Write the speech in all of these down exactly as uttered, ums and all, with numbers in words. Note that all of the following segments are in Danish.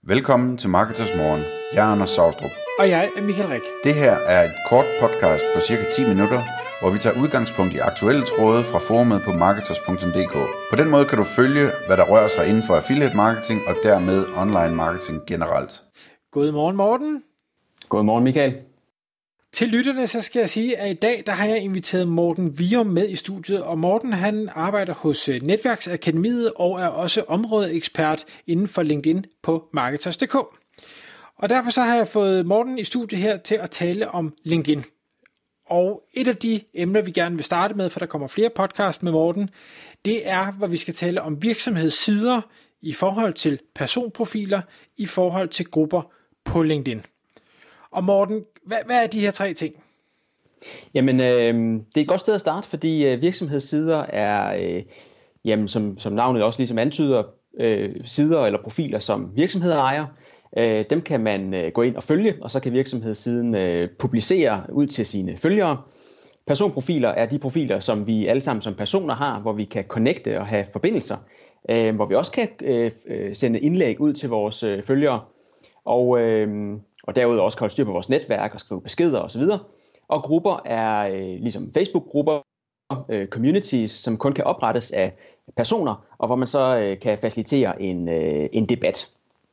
Velkommen til Marketers Morgen. Jeg er Anders Saustrup. Og jeg er Michael Rik. Det her er et kort podcast på cirka ti minutter, hvor vi tager udgangspunkt i aktuelle tråde fra forumet på marketers punktum d k. På den måde kan du følge, hvad der rører sig inden for affiliate marketing og dermed online marketing generelt. Godmorgen Morten. Godmorgen Michael. Til lytterne så skal jeg sige, at i dag der har jeg inviteret Morten Vium med i studiet, og Morten han arbejder hos Netværksakademiet og er også områdeekspert inden for LinkedIn på marketers punktum d k. Og derfor så har jeg fået Morten i studiet her til at tale om LinkedIn. Og et af de emner, vi gerne vil starte med, for der kommer flere podcasts med Morten, det er, hvor vi skal tale om virksomhedssider i forhold til personprofiler, i forhold til grupper på LinkedIn. Og Morten, hvad, hvad er de her tre ting? Jamen, øh, det er et godt sted at starte, fordi øh, virksomhedssider er, øh, jamen, som, som navnet også ligesom antyder, øh, sider eller profiler, som virksomheder ejer. Øh, dem kan man øh, gå ind og følge, og så kan virksomhedssiden øh, publicere ud til sine følgere. Personprofiler er de profiler, som vi alle sammen som personer har, hvor vi kan connecte og have forbindelser, øh, hvor vi også kan øh, sende indlæg ud til vores øh, følgere. Og øh, og derudover også kan holde styr på vores netværk og skrive beskeder osv. Og grupper er øh, ligesom Facebook-grupper, øh, communities, som kun kan oprettes af personer, og hvor man så øh, kan facilitere en, øh, en debat.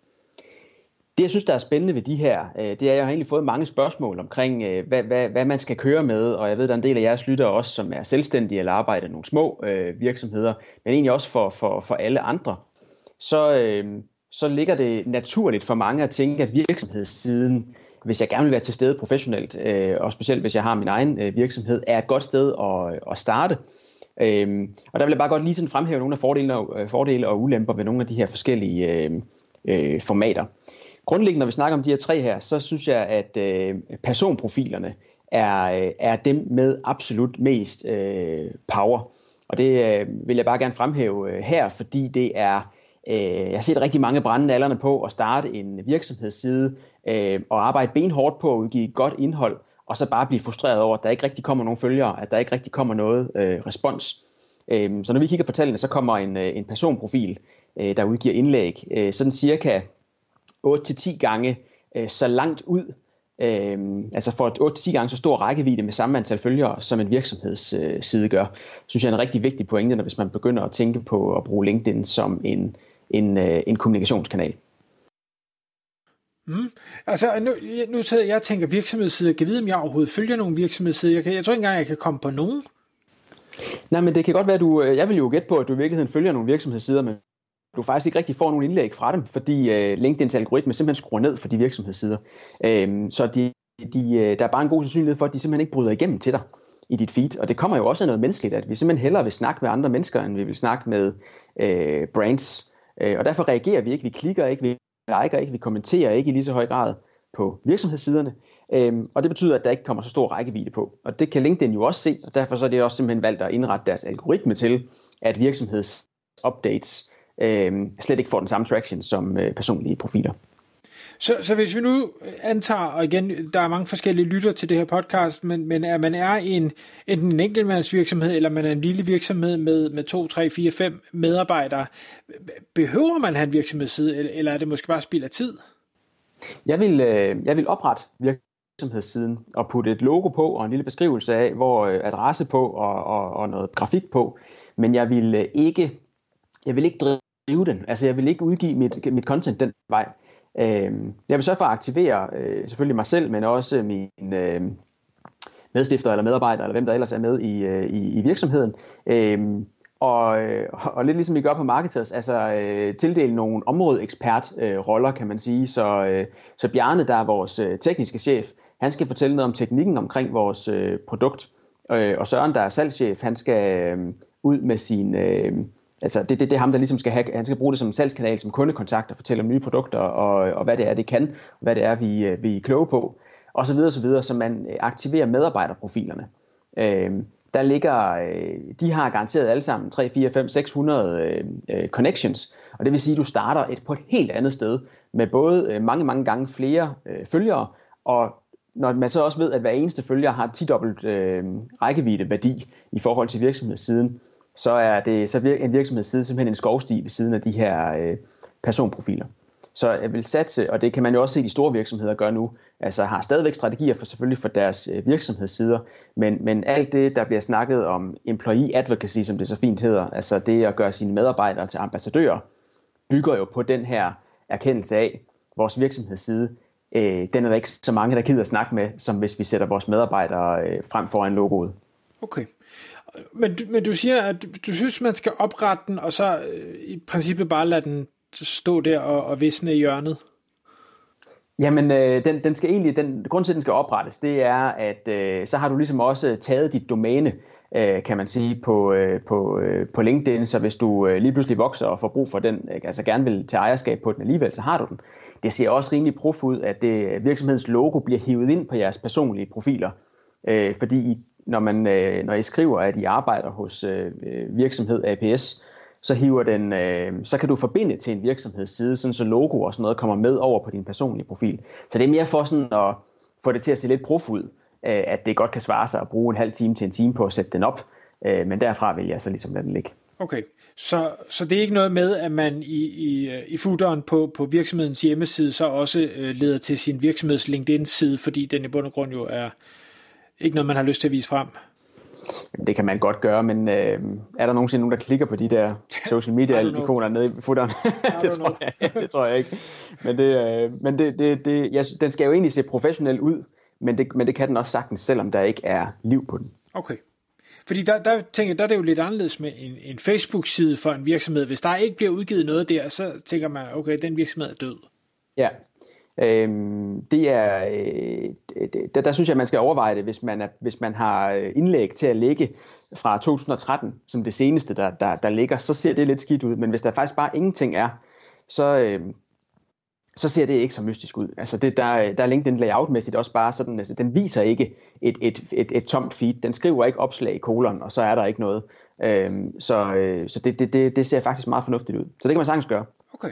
Det jeg synes, der er spændende ved de her, øh, det er, at jeg har egentlig fået mange spørgsmål omkring, øh, hvad, hvad, hvad man skal køre med, og jeg ved, der er en del af jeres lyttere også, som er selvstændige eller arbejder i nogle små øh, virksomheder, men egentlig også for, for, for alle andre. Så... Øh, så ligger det naturligt for mange at tænke, at virksomhedssiden, hvis jeg gerne vil være til stede professionelt, øh, og specielt hvis jeg har min egen øh, virksomhed, er et godt sted at, at starte. Øh, og der vil jeg bare godt lige sådan fremhæve nogle af fordele og, øh, fordele og ulemper ved nogle af de her forskellige øh, øh, formater. Grundlæggende, når vi snakker om de her tre her, så synes jeg, at øh, personprofilerne er, er dem med absolut mest øh, power. Og det øh, vil jeg bare gerne fremhæve øh, her, fordi det er... Jeg har set rigtig mange brænde nallerne på at starte en virksomhedsside øh, og arbejde benhårdt på at udgive godt indhold, og så bare blive frustreret over, at der ikke rigtig kommer nogen følgere, at der ikke rigtig kommer noget øh, respons. Øh, så når vi kigger på tallene, så kommer en, en personprofil, øh, der udgiver indlæg, øh, sådan cirka otte til ti gange øh, så langt ud, øh, altså for otte til ti gange så stor rækkevidde med samme antal følgere, som en virksomhedsside gør. Synes jeg er en rigtig vigtig pointe, når hvis man begynder at tænke på at bruge LinkedIn som en En, en kommunikationskanal. Mm. Altså nu, nu sidder jeg og tænker virksomhedssider. Kan vide, om jeg overhovedet følger nogle virksomhedssider? Jeg, kan, jeg tror ikke engang, jeg kan komme på nogen. Nej, men det kan godt være, at du... Jeg vil jo gætte på, at du i virkeligheden følger nogle virksomhedssider, men du faktisk ikke rigtig får nogen indlæg fra dem, fordi uh, LinkedIns algoritme simpelthen skruer ned for de virksomhedssider. Uh, så de, de, der er bare en god sandsynlighed for, at de simpelthen ikke bryder igennem til dig i dit feed. Og det kommer jo også af noget menneskeligt, at vi simpelthen hellere vil snakke med andre mennesker, end vi vil snakke med uh, brands. Og derfor reagerer vi ikke, vi klikker ikke, vi liker ikke, vi kommenterer ikke i lige så høj grad på virksomhedssiderne. Og det betyder, at der ikke kommer så stor rækkevidde på. Og det kan LinkedIn jo også se, og derfor så er det også simpelthen valgt at indrette deres algoritme til, at virksomhedsupdates øh, slet ikke får den samme traction som øh, personlige profiler. Så, så hvis vi nu antager, og igen, der er mange forskellige lytter til det her podcast, men, men at man er en, enten en enkeltmandsvirksomhed, eller man er en lille virksomhed med, med to, tre, fire, fem medarbejdere, behøver man have en virksomhedsside, eller, eller er det måske bare spild af tid? Jeg vil, øh, jeg vil oprette virksomhedssiden og putte et logo på, og en lille beskrivelse af, hvor øh, adresse på, og, og, og noget grafik på, men jeg vil øh, ikke, jeg vil ikke drive den, altså jeg vil ikke udgive mit, mit content den vej. Jeg vil sørge for at aktivere øh, selvfølgelig mig selv, men også mine øh, medstifter eller medarbejdere, eller hvem der ellers er med i, øh, i, i virksomheden. Øh, og, og lidt ligesom vi gør på Marketers, altså øh, tildele nogle områdeekspert-roller, øh, kan man sige. Så, øh, så Bjarne, der er vores øh, tekniske chef, han skal fortælle noget om teknikken omkring vores øh, produkt. Øh, og Søren, der er salgschef, han skal øh, ud med sin... Øh, Altså det, det, det er ham, der ligesom skal have, han skal bruge det som en salgskanal, som kundekontakt og fortælle om nye produkter og, og hvad det er, det kan, og hvad det er, vi, vi er kloge på, og så videre, så videre, så man aktiverer medarbejderprofilerne. Øh, der ligger, øh, de har garanteret alle sammen tre, fire, fem, seks hundrede øh, connections, og det vil sige, at du starter et, på et helt andet sted, med både øh, mange, mange gange flere øh, følgere, og når man så også ved, at hver eneste følger har ti-dobbelt øh, rækkevidde værdi i forhold til virksomhedssiden, så er det så vir- en virksomhedsside simpelthen en skovsti ved siden af de her øh, personprofiler. Så jeg vil satse, og det kan man jo også se de store virksomheder gøre nu, altså har stadigvæk strategier for selvfølgelig for deres virksomhedssider, men, men alt det, der bliver snakket om employee advocacy, som det så fint hedder, altså det at gøre sine medarbejdere til ambassadører, bygger jo på den her erkendelse af vores virksomhedsside. Øh, den er der ikke så mange, der gider at snakke med, som hvis vi sætter vores medarbejdere øh, frem foran logoet. Okay. Men, men du siger, at du, du synes, man skal oprette den, og så øh, i princippet bare lade den stå der og, og visne i hjørnet? Jamen, øh, den, den skal egentlig, den grund til, at den skal oprettes, det er, at øh, så har du ligesom også taget dit domæne, øh, kan man sige, på, øh, på, øh, på LinkedIn, så hvis du øh, lige pludselig vokser og får brug for den, øh, altså gerne vil tage ejerskab på den alligevel, så har du den. Det ser også rimelig prof ud, at det, virksomhedens logo bliver hivet ind på jeres personlige profiler, øh, fordi I, når, man, øh, når I skriver, at I arbejder hos øh, virksomhed A P S, så hiver den, øh, så kan du forbinde til en virksomhedsside, sådan så logo og sådan noget kommer med over på din personlige profil. Så det er mere for sådan at få det til at se lidt prof ud, øh, at det godt kan svare sig at bruge en halv time til en time på at sætte den op, øh, men derfra vil jeg så ligesom lade den ligge. Okay, så, så det er ikke noget med, at man i, i, i footeren på, på virksomhedens hjemmeside så også øh, leder til sin virksomheds LinkedIn-side, fordi den i bund og grund jo er ikke noget, man har lyst til at vise frem? Jamen, det kan man godt gøre, men øh, er der nogensinde nogen, der klikker på de der social media-ikoner nede i footeren? det, tror jeg, det tror jeg ikke. Men, det, øh, men det, det, det, jeg, den skal jo egentlig se professionel ud, men det, men det kan den også sagtens, selvom der ikke er liv på den. Okay. Fordi der, der tænker jeg, der er det jo lidt anderledes med en, en Facebook-side for en virksomhed. Hvis der ikke bliver udgivet noget der, så tænker man, okay, den virksomhed er død. Ja, øhm, det er, øh, der, der synes jeg, man skal overveje det, hvis man, er, hvis man har indlæg til at lægge fra to tusind og tretten, som det seneste, der, der, der ligger, så ser det lidt skidt ud. Men hvis der faktisk bare ingenting er, så... Øh, så ser det ikke så mystisk ud. Altså det, der, der er LinkedIn layoutmæssigt også bare sådan, altså den viser ikke et, et, et, et tomt feed. Den skriver ikke opslag i kolon, og så er der ikke noget. Øhm, så øh, så det, det, det ser faktisk meget fornuftigt ud. Så det kan man sagtens gøre. Okay.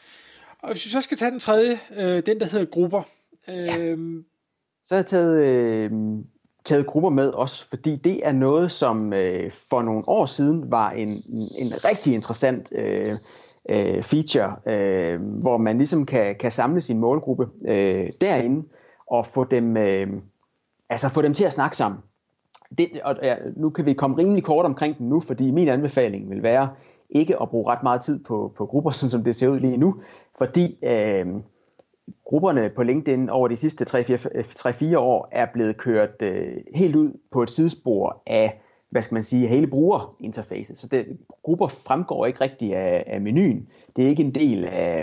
Og hvis vi så skal tage den tredje, øh, den der hedder grupper. Øh... Ja. Så har jeg taget, øh, taget grupper med også, fordi det er noget, som øh, for nogle år siden var en, en rigtig interessant øh, feature, øh, hvor man ligesom kan, kan samle sin målgruppe øh, derinde og få dem, øh, altså få dem til at snakke sammen. Det, og ja, nu kan vi komme rimelig kort omkring den nu, fordi min anbefaling vil være ikke at bruge ret meget tid på, på grupper, sådan som det ser ud lige nu, fordi øh, grupperne på LinkedIn over de sidste tre fire år er blevet kørt øh, helt ud på et sidespor af, hvad skal man sige, hele brugerinterfacet. Så det, grupper fremgår ikke rigtig af, af menuen. Det er ikke en del af,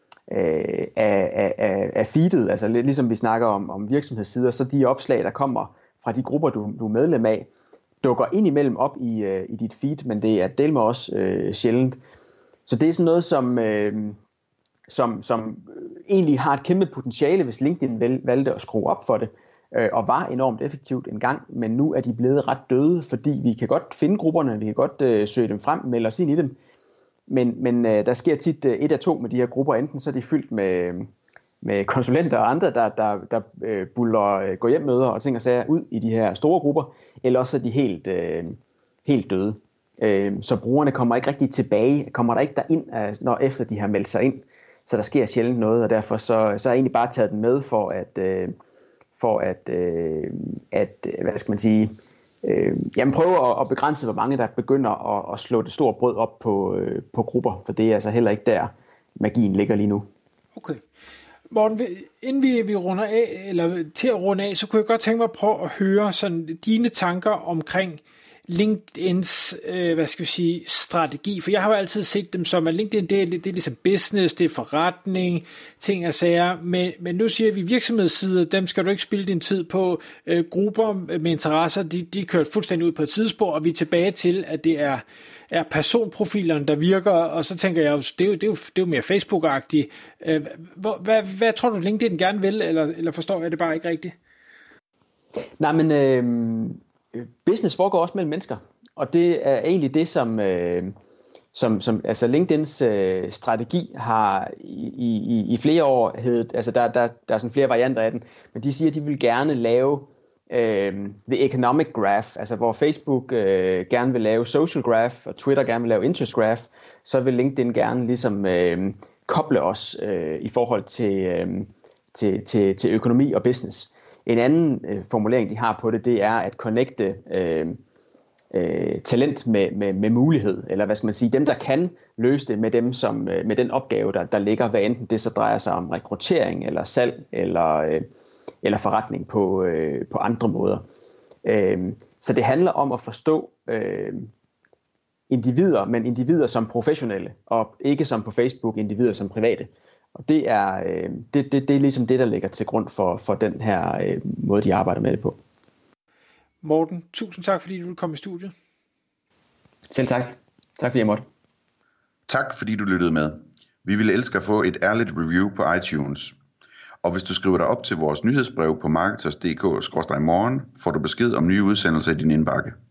af, af, af, af feedet. Altså lidt ligesom vi snakker om, om virksomhedssider, så de opslag, der kommer fra de grupper, du, du er medlem af, dukker ind imellem op i, uh, i dit feed, men det er del med også uh, sjældent. Så det er sådan noget, som, uh, som, som egentlig har et kæmpe potentiale, hvis LinkedIn valgte at skrue op for det, og var enormt effektivt en gang, men nu er de blevet ret døde, fordi vi kan godt finde grupperne, vi kan godt øh, søge dem frem, melde os ind i dem, men, men øh, der sker tit øh, et af to med de her grupper, enten så er de fyldt med, med konsulenter og andre, der, der, der øh, buller øh, gå hjem møder og ting og sager ud i de her store grupper, eller også er de helt, øh, helt døde. Øh, så brugerne kommer ikke rigtig tilbage, kommer der ikke derind, øh, når efter de har meldt sig ind, så der sker sjældent noget, og derfor så, så har jeg egentlig bare taget den med for at øh, for at, øh, at hvad skal man sige, øh, jamen prøve at, at begrænse, hvor mange der begynder at, at slå det store brød op på, øh, på grupper, for det er altså heller ikke der, magien ligger lige nu. Okay. Morten, inden vi, vi runder af, eller til at runde af, så kunne jeg godt tænke mig at prøve at høre sådan dine tanker omkring LinkedIns, øh, hvad skal vi sige, strategi, for jeg har jo altid set dem som, at LinkedIn, det er, det er ligesom business, det er forretning, ting og sager, men, men nu siger vi virksomhedssider, dem skal du ikke spille din tid på, øh, grupper med interesser, de, de er kørt fuldstændig ud på et tidsspor, og vi er tilbage til, at det er, er personprofilerne, der virker, og så tænker jeg jo, det er jo, det er jo, det er jo mere Facebook-agtigt. Øh, hvad, hvad, hvad tror du, LinkedIn gerne vil, eller, eller forstår jeg det bare ikke rigtigt? Nej, men øh... business foregår også mellem mennesker, og det er egentlig det, som, øh, som, som altså LinkedIns øh, strategi har i, i, i flere år heddet, altså der, der, der er sådan flere varianter af den, men de siger, at de vil gerne lave øh, the economic graph, altså hvor Facebook øh, gerne vil lave social graph, og Twitter gerne vil lave interest graph, så vil LinkedIn gerne ligesom øh, koble os øh, i forhold til, øh, til, til, til økonomi og business. En anden øh, formulering, de har på det, det er at connecte øh, øh, talent med, med, med mulighed, eller hvad skal man sige, dem, der kan løse det med dem, som øh, med den opgave, der, der ligger, hvad enten det så drejer sig om rekruttering, eller salg, eller, øh, eller forretning på, øh, på andre måder. Øh, så det handler om at forstå øh, individer, men individer som professionelle, og ikke som på Facebook, individer som private. Og det er, øh, det, det, det er ligesom det, der ligger til grund for, for den her øh, måde, de arbejder med det på. Morten, tusind tak, fordi du ville komme i studiet. Selv tak. Tak fordi jeg måtte. Tak fordi du lyttede med. Vi ville elske at få et ærligt review på iTunes. Og hvis du skriver dig op til vores nyhedsbrev på marketers punktum d k skråstreg morgen, får du besked om nye udsendelser i din indbakke.